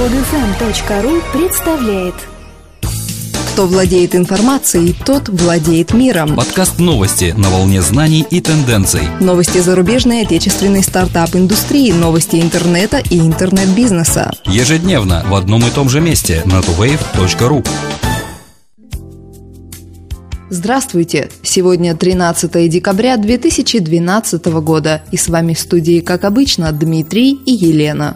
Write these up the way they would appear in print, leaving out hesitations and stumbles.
Podfm.ru представляет. Кто владеет информацией, тот владеет миром. Подкаст новости на волне знаний и тенденций. Новости зарубежной и отечественной стартап-индустрии, новости интернета и интернет-бизнеса. Ежедневно в одном и том же месте на tuwave.ru. Здравствуйте! Сегодня 13 декабря 2012 года, и с вами в студии, как обычно, Дмитрий и Елена.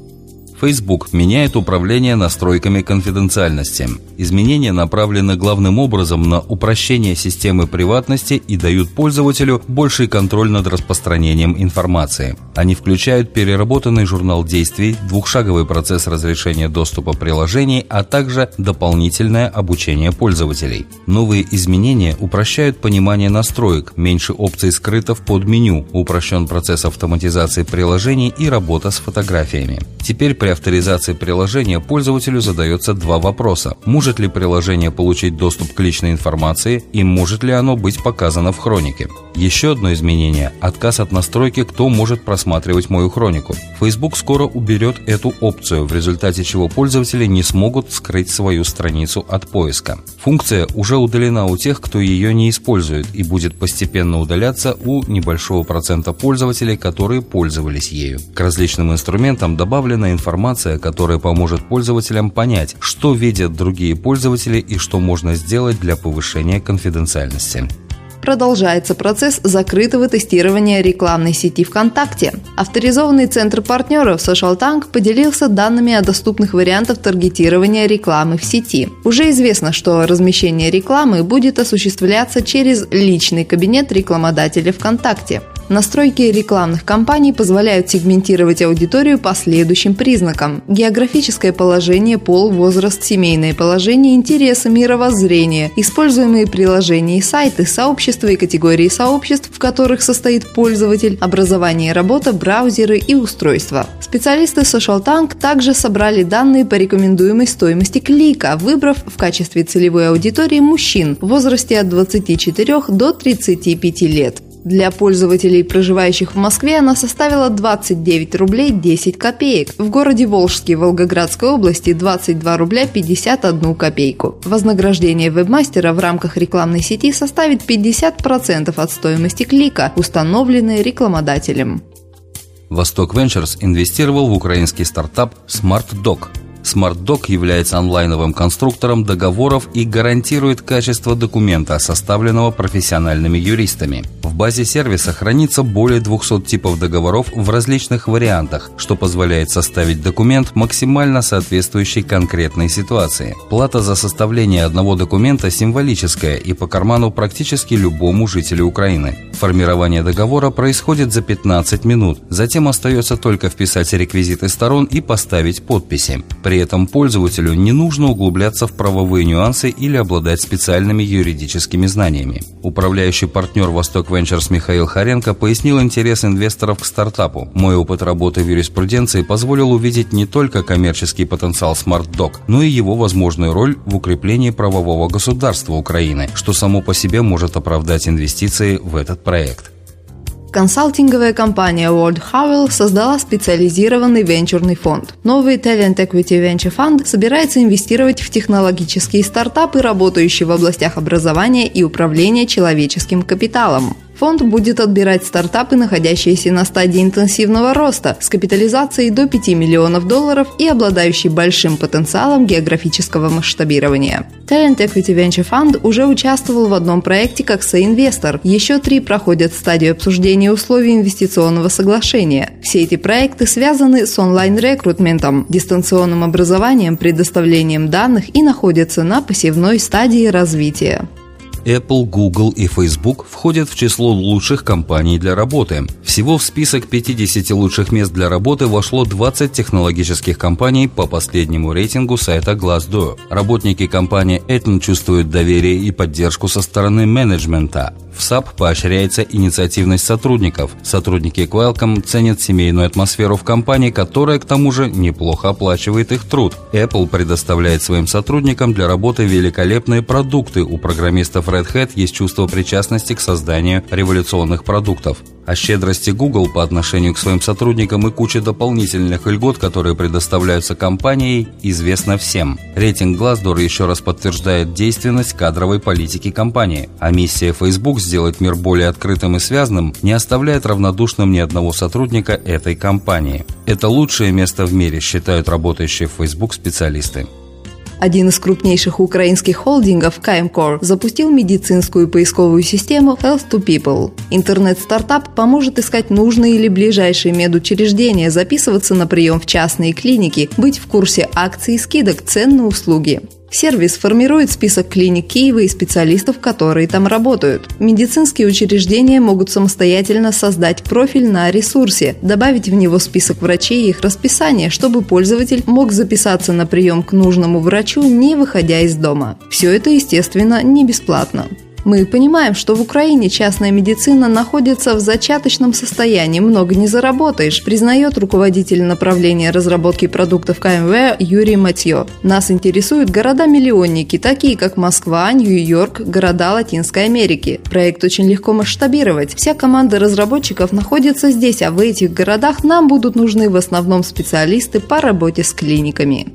Facebook меняет управление настройками конфиденциальности. Изменения направлены главным образом на упрощение системы приватности и дают пользователю больший контроль над распространением информации. Они включают переработанный журнал действий, двухшаговый процесс разрешения доступа приложений, а также дополнительное обучение пользователей. Новые изменения упрощают понимание настроек, меньше опций скрыто в подменю, упрощен процесс автоматизации приложений и работа с фотографиями. Теперь при авторизации приложения пользователю задается два вопроса. Может ли приложение получить доступ к личной информации и может ли оно быть показано в хронике? Еще одно изменение – отказ от настройки «Кто может просматривать мою хронику». Facebook скоро уберет эту опцию, в результате чего пользователи не смогут скрыть свою страницу от поиска. Функция уже удалена у тех, кто ее не использует, и будет постепенно удаляться у небольшого процента пользователей, которые пользовались ею. К различным инструментам добавлена информация, которая поможет пользователям понять, что видят другие пользователи и что можно сделать для повышения конфиденциальности. Продолжается процесс закрытого тестирования рекламной сети ВКонтакте. Авторизованный центр партнеров SocialTank поделился данными о доступных вариантах таргетирования рекламы в сети. Уже известно, что размещение рекламы будет осуществляться через личный кабинет рекламодателя ВКонтакте. Настройки рекламных кампаний позволяют сегментировать аудиторию по следующим признакам: географическое положение, пол, возраст, семейное положение, интересы, мировоззрение, используемые приложения и сайты, сообщества и категории сообществ, в которых состоит пользователь, образование и работа, браузеры и устройства. Специалисты SocialTank также собрали данные по рекомендуемой стоимости клика, выбрав в качестве целевой аудитории мужчин в возрасте от 24 до 35 лет. Для пользователей, проживающих в Москве, она составила 29 рублей 10 копеек. В городе Волжске Волгоградской области 22 рубля 51 копейку. Вознаграждение вебмастера в рамках рекламной сети составит 50% от стоимости клика, установленной рекламодателем. Восток Ventures инвестировал в украинский стартап SmartDoc. SmartDoc является онлайновым конструктором договоров и гарантирует качество документа, составленного профессиональными юристами. В базе сервиса хранится более 200 типов договоров в различных вариантах, что позволяет составить документ, максимально соответствующий конкретной ситуации. Плата за составление одного документа символическая и по карману практически любому жителю Украины. Формирование договора происходит за 15 минут, затем остается только вписать реквизиты сторон и поставить подписи. При этом пользователю не нужно углубляться в правовые нюансы или обладать специальными юридическими знаниями. Управляющий партнер Восток Ventures Михаил Харенко пояснил интерес инвесторов к стартапу. «Мой опыт работы в юриспруденции позволил увидеть не только коммерческий потенциал SmartDoc, но и его возможную роль в укреплении правового государства Украины, что само по себе может оправдать инвестиции в этот проект». Консалтинговая компания Ward Howell создала специализированный венчурный фонд. Новый Talent Equity Venture Fund собирается инвестировать в технологические стартапы, работающие в областях образования и управления человеческим капиталом. Фонд будет отбирать стартапы, находящиеся на стадии интенсивного роста, с капитализацией до $5 миллионов и обладающие большим потенциалом географического масштабирования. Talent Equity Venture Fund уже участвовал в одном проекте как соинвестор. Еще 3 проходят стадию обсуждения условий инвестиционного соглашения. Все эти проекты связаны с онлайн-рекрутментом, дистанционным образованием, предоставлением данных и находятся на посевной стадии развития. Apple, Google и Facebook входят в число лучших компаний для работы. Всего в список 50 лучших мест для работы вошло 20 технологических компаний по последнему рейтингу сайта Glassdoor. Работники компании Apple чувствуют доверие и поддержку со стороны менеджмента. В SAP поощряется инициативность сотрудников. Сотрудники Qualcomm ценят семейную атмосферу в компании, которая, к тому же, неплохо оплачивает их труд. Apple предоставляет своим сотрудникам для работы великолепные продукты. У программистов Red Hat есть чувство причастности к созданию революционных продуктов. О щедрости Google по отношению к своим сотрудникам и куче дополнительных льгот, которые предоставляются компанией, известно всем. Рейтинг Glassdoor еще раз подтверждает действенность кадровой политики компании, а миссия Facebook сделать мир более открытым и связанным не оставляет равнодушным ни одного сотрудника этой компании. Это лучшее место в мире, считают работающие в Facebook специалисты. Один из крупнейших украинских холдингов, Kymcore, запустил медицинскую поисковую систему Health to People. Интернет-стартап поможет искать нужные или ближайшие медучреждения, записываться на прием в частные клиники, быть в курсе акций и скидок, цен на услуги. Сервис формирует список клиник Киева и специалистов, которые там работают. Медицинские учреждения могут самостоятельно создать профиль на ресурсе, добавить в него список врачей и их расписание, чтобы пользователь мог записаться на прием к нужному врачу, не выходя из дома. Все это, естественно, не бесплатно. Мы понимаем, что в Украине частная медицина находится в зачаточном состоянии, много не заработаешь, признает руководитель направления разработки продуктов КМВ Юрий Матьё. Нас интересуют города-миллионники, такие как Москва, Нью-Йорк, города Латинской Америки. Проект очень легко масштабировать. Вся команда разработчиков находится здесь, а в этих городах нам будут нужны в основном специалисты по работе с клиниками.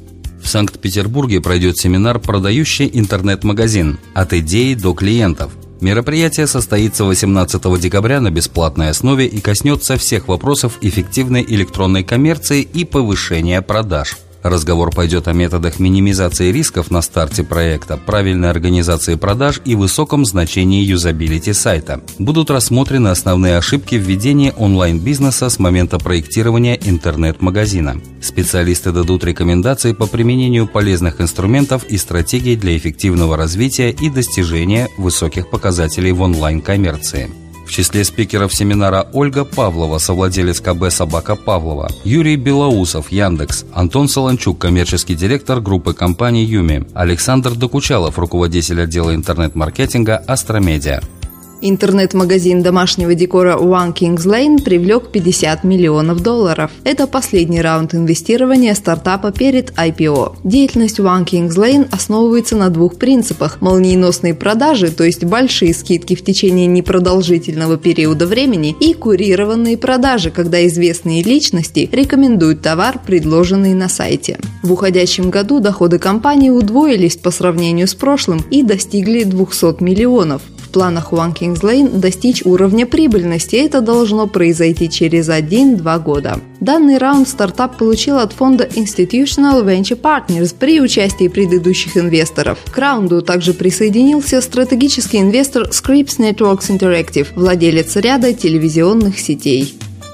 В Санкт-Петербурге пройдет семинар «Продающий интернет-магазин. От идеи до клиентов». Мероприятие состоится 18 декабря на бесплатной основе и коснется всех вопросов эффективной электронной коммерции и повышения продаж. Разговор пойдет о методах минимизации рисков на старте проекта, правильной организации продаж и высоком значении юзабилити сайта. Будут рассмотрены основные ошибки в ведении онлайн-бизнеса с момента проектирования интернет-магазина. Специалисты дадут рекомендации по применению полезных инструментов и стратегий для эффективного развития и достижения высоких показателей в онлайн-коммерции. В числе спикеров семинара Ольга Павлова, совладелец КБ «Собака Павлова», Юрий Белоусов, Яндекс, Антон Солончук, коммерческий директор группы компаний Юми, Александр Докучалов, руководитель отдела интернет-маркетинга Астромедиа. Интернет-магазин домашнего декора One Kings Lane привлек $50 миллионов. Это последний раунд инвестирования стартапа перед IPO. Деятельность One Kings Lane основывается на двух принципах: молниеносные продажи, то есть большие скидки в течение непродолжительного периода времени, и курированные продажи, когда известные личности рекомендуют товар, предложенный на сайте. В уходящем году доходы компании удвоились по сравнению с прошлым и достигли $200 миллионов. В планах One Kings Lane достичь уровня прибыльности. Это должно произойти через 1-2 года. Данный раунд стартап получил от фонда Institutional Venture Partners при участии предыдущих инвесторов. К раунду также присоединился стратегический инвестор Scripps Networks Interactive, владелец ряда телевизионных сетей.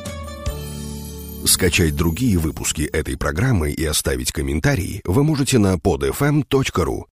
Скачать другие выпуски этой программы и оставить комментарии вы можете на podfm.ru.